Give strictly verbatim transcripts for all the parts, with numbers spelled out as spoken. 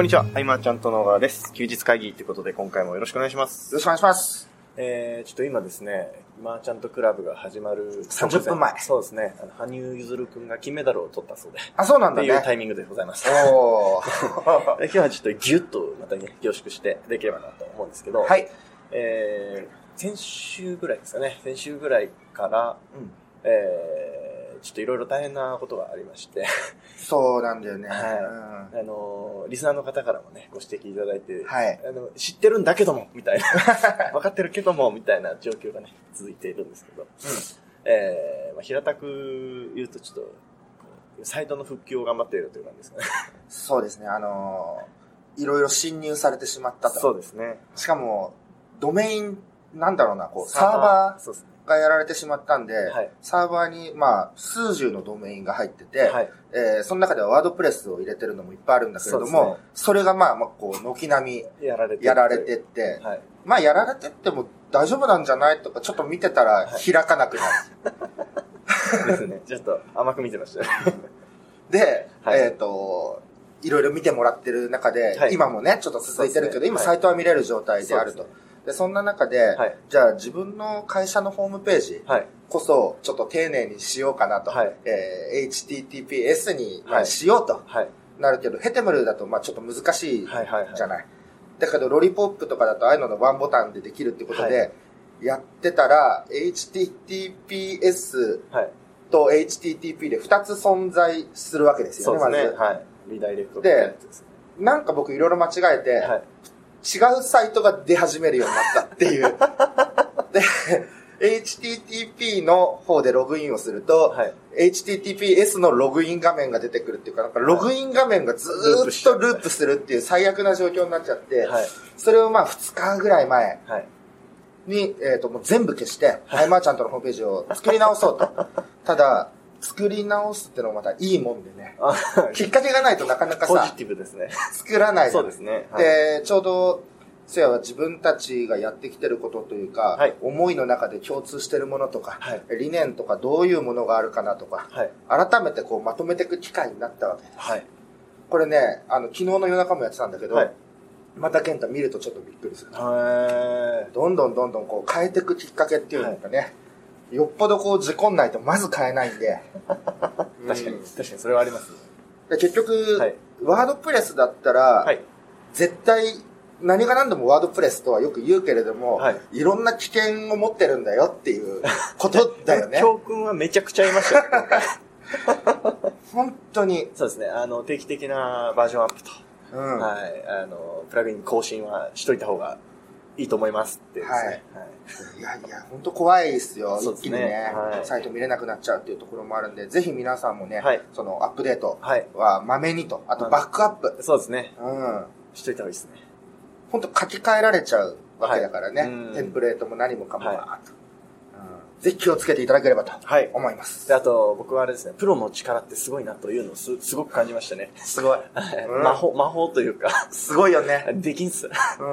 こんにちは、アイマーちゃんと野川です。休日会議ということで今回もよろしくお願いします。 よろしくお願いします。 えー、ちょっと今ですね、マーチャントクラブが始まるさんじゅっぷんまえ。 そうですね、あの羽生結弦くんが金メダルを取ったそうで。 あ、そうなんだね。 っていうタイミングでございます。 おー。 今日はちょっとギュッとまたね、凝縮してできればなと思うんですけど、 はい。 えー、先週ぐらいですかね、先週ぐらいから、うん、えー、ちょっといろいろ大変なことがありまして。 そうなんだよね。はい。 うん、あの、リスナーの方からもね、ご指摘いただいて、 はい。 あの、知ってるんだけども、みたいな。分かってるけども、みたいな状況がね、続いているんですけど。うん、えー、まあ、平たく言うとちょっと、サイトの復旧を頑張っているという感じですかね。 そうですね、あのー、いろいろ侵入されてしまったと。 そうですね。 しかも、ドメイン、なんだろうな、こう、サーバー、そうですね。がやられてしまったんで、はい、サーバーに、まあ、数十のドメインが入ってて、はい、えー、その中ではワードプレスを入れてるのもいっぱいあるんだけれども、 そ, ね、それがまあ、まあ、こう、軒並みやられてやられてって、はい、まあ、やられてっても大丈夫なんじゃないとか、ちょっと見てたら開かなくなる。 はい、ですね。ちょっと甘く見てました。 で、はい、えっ、ー、と、いろいろ見てもらってる中で、はい、今もね、ちょっと続いてるけど、ね、今、はい、サイトは見れる状態であると。で、そんな中で、はい、じゃあ自分の会社のホームページこそちょっと丁寧にしようかなと。はい、えー、エイチティーティーピーエス に、まあ、しようとなるけど、はい、ヘテムルだとまあちょっと難しいじゃない。はいはいはい、だけどロリポップとかだとああいうののワンボタンでできるってことで、やってたら、エイチティーティーピーエス と エイチティーティーピー でふたつ存在するわけですよね、 そうですね。 まず。 はい。リダイレクトで、でなんか僕いろいろ間違えて、はい、違うサイトが出始めるようになったっていう。で、エイチティーティーピー の方でログインをすると、はい、エイチティーティーピーエス のログイン画面が出てくるっていうか、なんかログイン画面がずーっとループするっていう最悪な状況になっちゃって、はい、それをまあふつかぐらい前に、はい、えっともう全部消して、アイマーちゃんとのホームページを作り直そうと。ただ、作り直すってのもまたいいもんでね。きっかけがないとなかなかさ、 ポジティブですね。 作らない。 そうですね。 はい、で、ちょうど、そやは自分たちがやってきてることというか、はい、思いの中で共通してるものとか、はい、理念とかどういうものがあるかなとか、はい、改めてこうまとめていく機会になったわけです。はい、これね、あの、昨日の夜中もやってたんだけど、はい、また健太見るとちょっとびっくりする。どんどんどんどんこう変えていくきっかけっていうのがね、はい、よっぽどこう事故んないとまず変えないんで。 確かに、確かにそれはあります。 で結局、はい、ワードプレスだったら、はい、絶対何が何でもワードプレスとはよく言うけれども、はい、いろんな危険を持ってるんだよっていうことだよね。 教訓はめちゃくちゃありましたよ。 本当に。 そうですね。あの、定期的なバージョンアップと、うん、はい、あの、プラグイン更新はしといた方がいいと思いますってですね。はい。はい、 いやいや、本当怖いですよ。一気にね、はい、サイト見れなくなっちゃうっていうところもあるんで、ぜひ皆さんもね、はい、そのアップデートはまめにと、あとバックアップ。 そうですね。うん。しといた方がいいですね。 本当書き換えられちゃうわけだからね。はい、テンプレートも何もかもわーっと、はい、うん。ぜひ気をつけていただければと思います。 はい、であと、僕はあれですね、プロの力ってすごいなというのを す, すごく感じましたね。 すごい。 うん、魔法、魔法というか。 すごいよね。 できんす。 うん。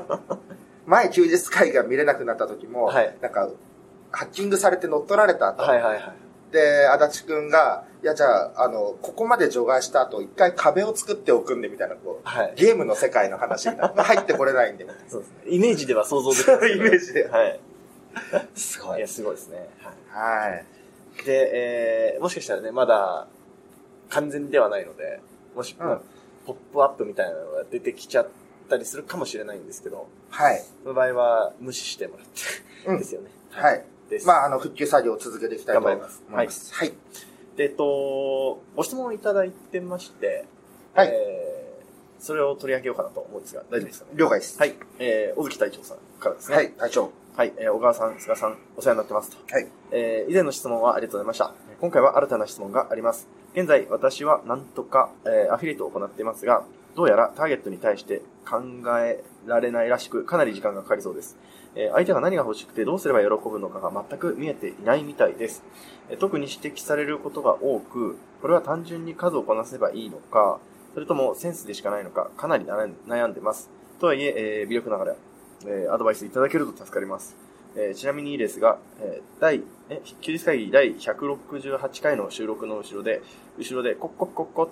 前休日会議が見れなくなった時も、はい、なんか、ハッキングされて乗っ取られた後。はいはいはい。で、足立くんが、いやじゃあ、あの、ここまで除外した後、一回壁を作っておくんで、みたいな、こう、はい、ゲームの世界の話になって入ってこれないんで。 そうですね。イメージでは想像できる、 ね。イメージで。 はい。 すごい。 いや、すごいですね。 はい。はい、 で、えー、もしかしたらね、まだ、完全ではないので、もし、うん、ポップアップみたいなのが出てきちゃったりするかもしれないんですけど、はい。その場合は、無視してもらって、うん、ですよね。 はい。です。まあ、あの、復旧作業を続けていきたいと思います。 頑張ります。はい。はい。で、えっと、ご質問をいただいてまして、 はい。 えー、それを取り上げようかなと思うんですが、大丈夫ですかね。 了解です。 はい。えー、小月隊長さんからですね。 はい、隊長。 はい、えー、小川さん、菅さん、お世話になってますと。 はい。 えー、以前の質問はありがとうございました。今回は新たな質問があります。現在、私はなんとか、えー、アフィリエイトを行っていますが、どうやらターゲットに対して考えられないらしく、かなり時間がかかりそうです。えー、相手が何が欲しくてどうすれば喜ぶのかが全く見えていないみたいです。えー、特に指摘されることが多く、これは単純に数をこなせばいいのか、それともセンスでしかないのか、かなり悩んでます。とはいえ、えー、微力ながら、えー、アドバイスいただけると助かります。えー、ちなみにですが、えー、第、え、休日会議第ひゃくろくじゅうはちかいの収録の後ろで、後ろでコッコッコッコッ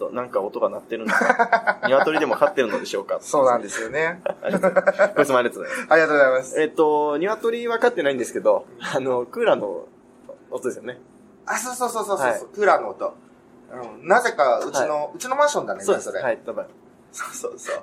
となんか音が鳴ってるんですか？鶏でも飼ってるのでしょうか？ そうなんですよね。 ご質問ありがとうございます。 ありがとうございます。 えっと、鶏は飼ってないんですけど、あの、クーラーの音ですよね。 あ、そうそうそうそうそう、はい、クーラーの音。うん、なぜか、うちの、はい、うちのマンションだね、 そうです、 それ。 はい、多分。 そうそうそう。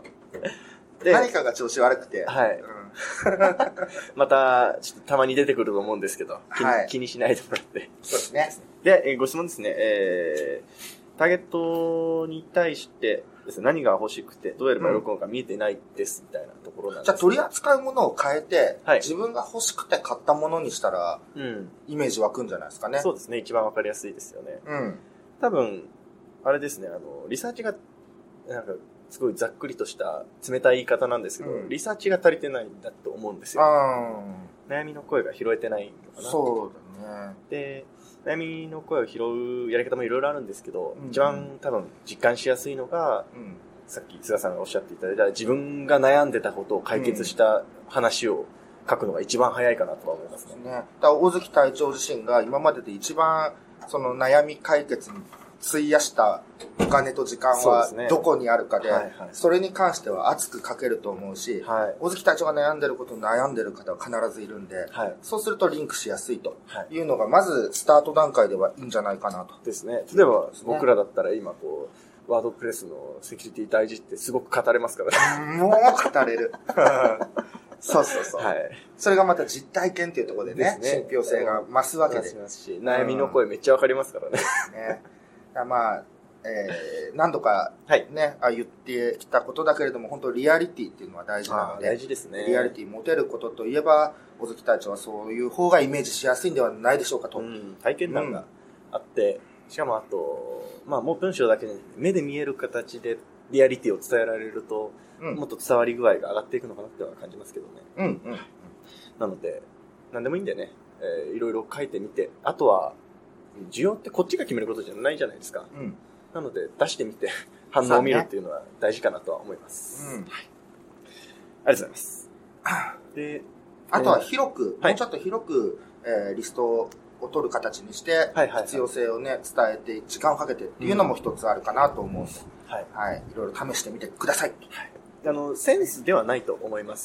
で、何かが調子悪くて。 はい。うん、また、ちょっとたまに出てくると思うんですけど、気に、はい、気にしないでもらって。 そうですね。 で、えー、ご質問ですね。えー、ターゲットに対してですね、何が欲しくて、どうやれば喜ぶのか見えてないです、みたいなところなんです、ね、 じゃあ取り扱うものを変えて、はい、自分が欲しくて買ったものにしたら、うん、イメージ湧くんじゃないですかね。 そうですね。一番わかりやすいですよね。 うん。 多分、あれですね、あの、リサーチが、なんか、すごいざっくりとした冷たい言い方なんですけど、うん、リサーチが足りてないんだと思うんですよ。悩みの声が拾えてないのかな。 そうだね。 で、悩みの声を拾うやり方もいろいろあるんですけど、うん、一番多分実感しやすいのが、うん、さっき菅さんがおっしゃっていただいた自分が悩んでたことを解決した話を書くのが一番早いかなとは思いますね。 ね。だから大月隊長自身が今までで一番その悩み解決に費やしたお金と時間はどこにあるかで、そ, で、ねはいはい、それに関しては熱く書けると思うし、はい、大月隊長が悩んでることに悩んでる方は必ずいるんで、はい、そうするとリンクしやすいというのが、まずスタート段階ではいいんじゃないかなと。 ですね。例えば僕らだったら今こう、ワードプレスのセキュリティ大事ってすごく語れますからね。もう語れる。そうそうそう。はい。それがまた実体験っていうところでね、ね信憑性が増すわけで。 増すし、悩みの声めっちゃわかりますからね。 ね。まあ、えー、何度かね、はい、言ってきたことだけれども、本当リアリティっていうのは大事なので、 大事ですね。 リアリティ持てることといえば、大月隊長はそういう方がイメージしやすいんではないでしょうかと。 うん、体験談があって、うん、しかもあと、まあもう文章だけで目で見える形でリアリティを伝えられると、うん、もっと伝わり具合が上がっていくのかなっては感じますけどね。 うんうんうん、 なので、何でもいいんでね、えー、いろいろ書いてみて、あとは、需要ってこっちが決めることじゃないじゃないですか。うん、なので、出してみて反応を見るっていうのは大事かなとは思います。うん、はい。ありがとうございます。で、 あとは広く、えー、もうちょっと広く、えー、リストを取る形にして、必要性をね、伝えて、時間をかけてっていうのも一つあるかなと思うので、うん、はい。はい。いろいろ試してみてください。はい。 あの、センスではないと思います。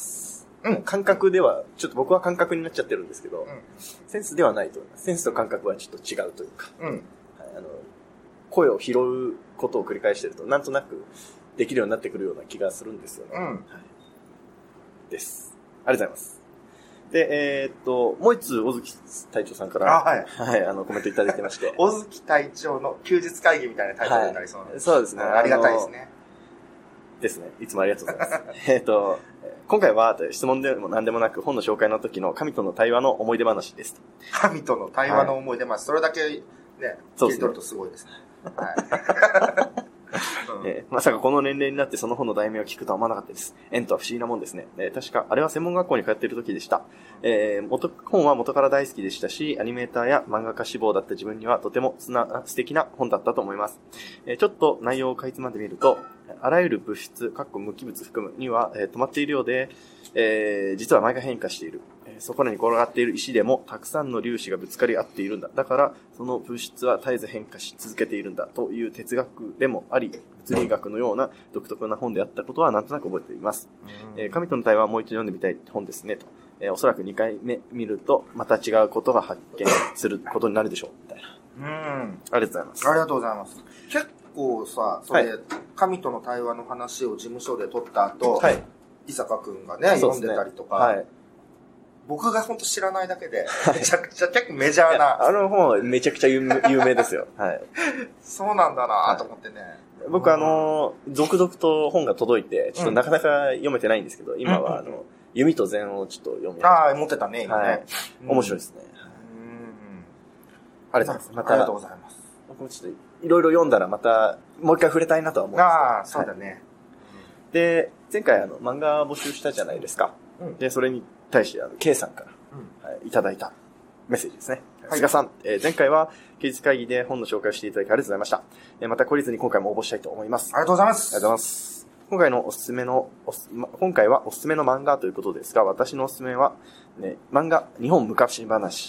うん。感覚では、ちょっと僕は感覚になっちゃってるんですけど、うん、センスではないと思います。センスと感覚はちょっと違うというか、うん。はい、あの、声を拾うことを繰り返してると、なんとなくできるようになってくるような気がするんですよね。うん。はい。です。ありがとうございます。で、えー、っと、もう一つ、小月隊長さんから、 はい。 はい、あの、コメントいただいてまして。 小月隊長の休日会議みたいなタイトルになりそうな、はい、 そうですね。 ありがたいですね。 ですね。いつもありがとうございます。えっと、今回は質問でも何でもなく本の紹介の時の神との対話の思い出話です。 神との対話の思い出話、はい、それだけね、聞い取るとすごいですね。はい。 えー、まさかこの年齢になってその本の題名を聞くとは思わなかったです。縁とは不思議なもんですね。えー、確か、あれは専門学校に通っている時でした。えー、元、本は元から大好きでしたし、アニメーターや漫画家志望だった自分にはとてもつな素敵な本だったと思います。えー、ちょっと内容をかいつまんでみると、あらゆる物質、かっこ無機物含むには、えー、止まっているようで、えー、実は毎回変化している。そこらに転がっている石でもたくさんの粒子がぶつかり合っているんだ。だから、その物質は絶えず変化し続けているんだという哲学でもあり、物理学のような独特な本であったことはなんとなく覚えています。えー、神との対話はもう一度読んでみたい本ですねと。えー、おそらくにかいめ見るとまた違うことが発見することになるでしょう。みたいな。うん。ありがとうございます。 ありがとうございます。結構さ、それ、はい、神との対話の話を事務所で取った後、はい、伊坂くんがね、読んでたりとか、はい、僕が本当知らないだけで、めちゃくちゃ結構メジャーな。 あの本はめちゃくちゃ有名ですよ。はい。 そうなんだなと思ってね。はい、 僕あの、続々と本が届いて、ちょっとなかなか読めてないんですけど、うん、今はあの、弓と禅をちょっと読みああ、持ってたね、今ね。はい、 面白いですね。うん、ありがとうございます。また、 ありがとうございます。 僕もちょっといろいろ読んだらまた、もう一回触れたいなとは思うんですけど。 ああ、そうだね。はい、 で、前回あの、漫画募集したじゃないですか。うん、で、それに対して、あの、K さんから、うんはい、いただいたメッセージですね。はい、菅さん、えー、前回は休日会議で本の紹介をしていただきありがとうございました。えー、また懲りずに今回も応募したいと思います。 ありがとうございます。 ありがとうございます。今回のおすすめの、おす今回はおすすめの漫画ということですが、私のおすすめは、ね、漫画、日本昔話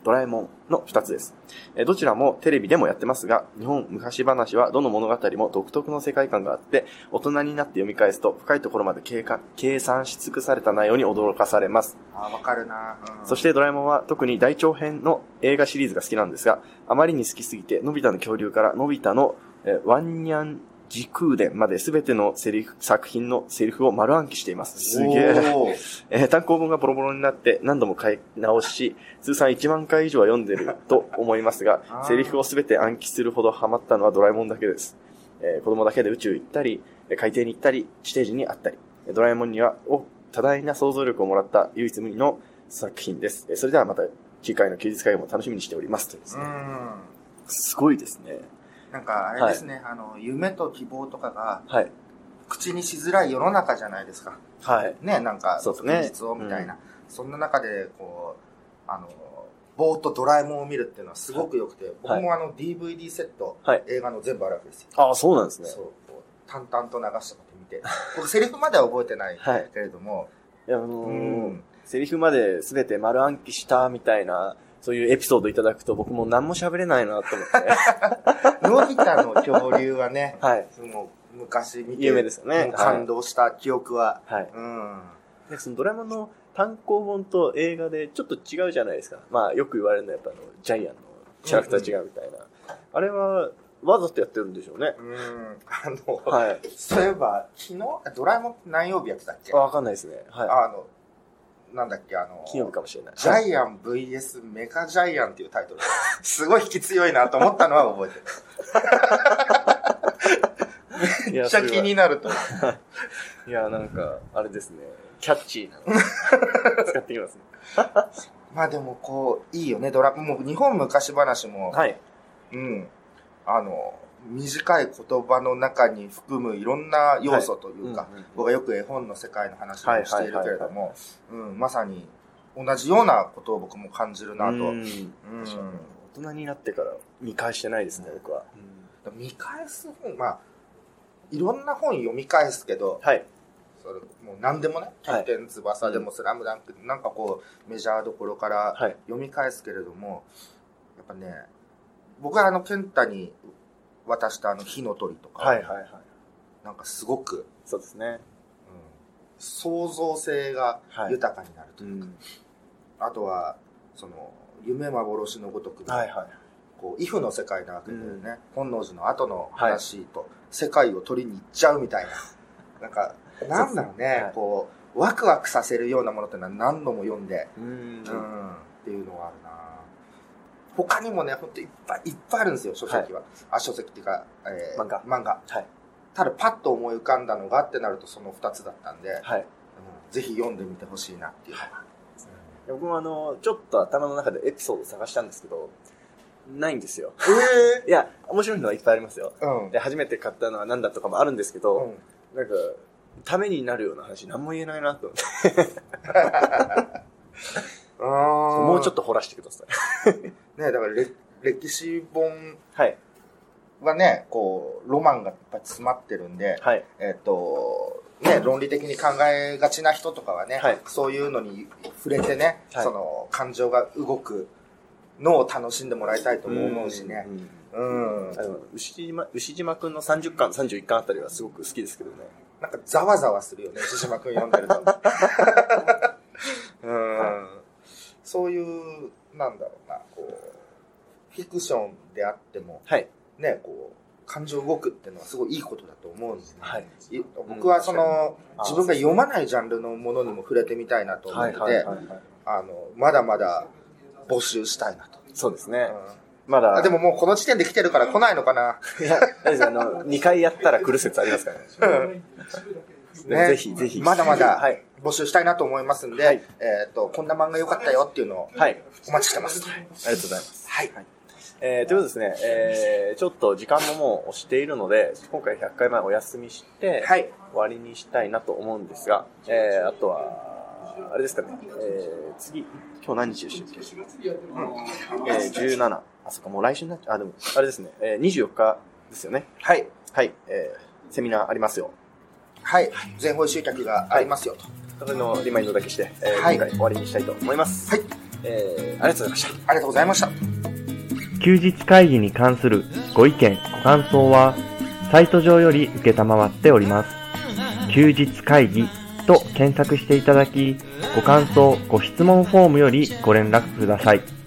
ドラえもんのふたつです。どちらもテレビでもやってますが、日本昔話はどの物語も独特の世界観があって、大人になって読み返すと深いところまで計画計算し尽くされた内容に驚かされます。 あ、わかるな、 うん。そしてドラえもんは特に大長編の映画シリーズが好きなんですが、あまりに好きすぎて、のび太の恐竜からのび太のえワンニャン時空伝まで全てのセリフ、作品のセリフを丸暗記しています。すげえ。えー、単行本がボロボロになって何度も書き直し、通算いちまんかい以上は読んでると思いますが、セリフを全て暗記するほどハマったのはドラえもんだけです。えー、子供だけで宇宙行ったり、海底に行ったり、地底人に会ったり、ドラえもんにはお多大な想像力をもらった唯一無二の作品です。それではまた次回の休日会も楽しみにしておりますとですね。すごいですね。 なんかあれですね、はい、あの夢と希望とかが、はい、口にしづらい世の中じゃないですか。 はい。 ね、なんかそうですね。 現実をみたいな、うん、そんな中でこうあのぼーっとドラえもんを見るっていうのはすごく良くて、はい、僕もあの ディーブイディー セット、はい、映画の全部あるわけですよ。 ああ、そうなんですね。 そう、こう淡々と流したこと見て、僕セリフまでは覚えてないけれども、はい、 いやあのーうん、セリフまで全て丸暗記したみたいな。そういうエピソードいただくと僕も何も喋れないなと思って。 のび太の恐竜はね、はい、もう昔見て有名ですよね。 感動した記憶は。 はい。うん。でそのドラえもんの単行本と映画でちょっと違うじゃないですか。まあよく言われるのはやっぱあのジャイアンのキャラクター違うみたいな。うんうん、あれはわざとやってるんでしょうね。 うん。あの、はい。そういえば昨日ドラえもん何曜日やってたっけ？ わかんないですね。はい。 あの。なんだっけ、あの、 金曜日かもしれない。 ジャイアン ブイエス メカジャイアンっていうタイトル。すごい引き強いなと思ったのは覚えてる。めっちゃ気になると思う。いや、なんか、あれですね。キャッチーなの。使ってきますね。 まあでも、こう、いいよね、ドラ、もう日本昔話も、 はい。 うん。あの、短い言葉の中に含むいろんな要素というか、はいうんうん、僕はよく絵本の世界の話をしているけれども、まさに同じようなことを僕も感じるなと。うんうん、 大人になってから見返してないですね、僕は。 うん、見返す本、まあ、いろんな本読み返すけど、はい、それもう何でもね、キャプテン翼でもスラムダンク、なんかこうメジャーどころから読み返すけれども、はい、やっぱね、僕はあの健太に渡したあの火の鳥とか、はいはいはい、なんかすごくそうですね、うん、 創造性が豊かになるというか、はいうん、あとはその夢幻のごとくの、はいはい、こうイフの世界なわけでね、うん、本能寺の後の話と世界を取りに行っちゃうみたいな、はい、なんかなんだろうね、はい、こうワクワクさせるようなものってのは何度も読んで、うん、うん、っていうのはあるな。他にもね、ほんといっぱいいっぱいあるんですよ、書籍は。はい、あ、書籍っていうか、えー、漫画。漫画。はい。ただパッと思い浮かんだのがってなるとその二つだったんで、はい。うん、ぜひ読んでみてほしいなっていう。はいうん、僕もあの、ちょっと頭の中でエピソード探したんですけど、ないんですよ。 えー、 いや、面白いのはいっぱいありますよ。うん。で、初めて買ったのは何だとかもあるんですけど、うん、なんか、ためになるような話何も言えないなと思って。あもうちょっと掘らせてください。 ねだかられ歴史本はね、はい、こう、ロマンがいっぱい詰まってるんで、はい、えっと、ね、論理的に考えがちな人とかはね、はい、そういうのに触れてね、はい、その感情が動くのを楽しんでもらいたいとも思うしね。うん。うんあの牛島、牛島くんのさんじゅっかん、さんじゅういっかんあたりはすごく好きですけどね。 なんかざわざわするよね、牛島くん読んでると。うん。はいそういう、なんだろうな、こう、フィクションであっても、はい、ね、こう、感情動くっていうのはすごいいいことだと思うんですね。はい、僕はその、うん、自分が読まないジャンルのものにも触れてみたいなと思ってて、あの、まだまだ募集したいなと。 そうですね。 うん、まだ。でももうこの時点で来てるから来ないのかな。 いや、大丈夫あの、にかいやったら来る説ありますからね。ね、ぜひぜひ。 まだまだ募集したいなと思いますんで、はい、えっと、こんな漫画良かったよっていうのをお待ちしてます。 はい、ありがとうございます。はい。はいえー、ということですね、えー、ちょっと時間ももう押しているので、今回ひゃっかいまえお休みして、はい、終わりにしたいなと思うんですが、えー、あとは、あれですかね、えー、次、今日何日でしたっけ、うんえー、じゅうなな、あ、そっか、もう来週になっちゃう、あ、でも、あれですね、えー、にじゅうよっかですよね。はい。はい、えー、セミナーありますよ。 はい。全方位集客がありますよと。 それのリマインドだけして、えーはい、今回終わりにしたいと思います。 はい。 えー、ありがとうございました。 ありがとうございました。 休日会議に関するご意見、ご感想は、サイト上より受けたまわっております。休日会議と検索していただき、ご感想、ご質問フォームよりご連絡ください。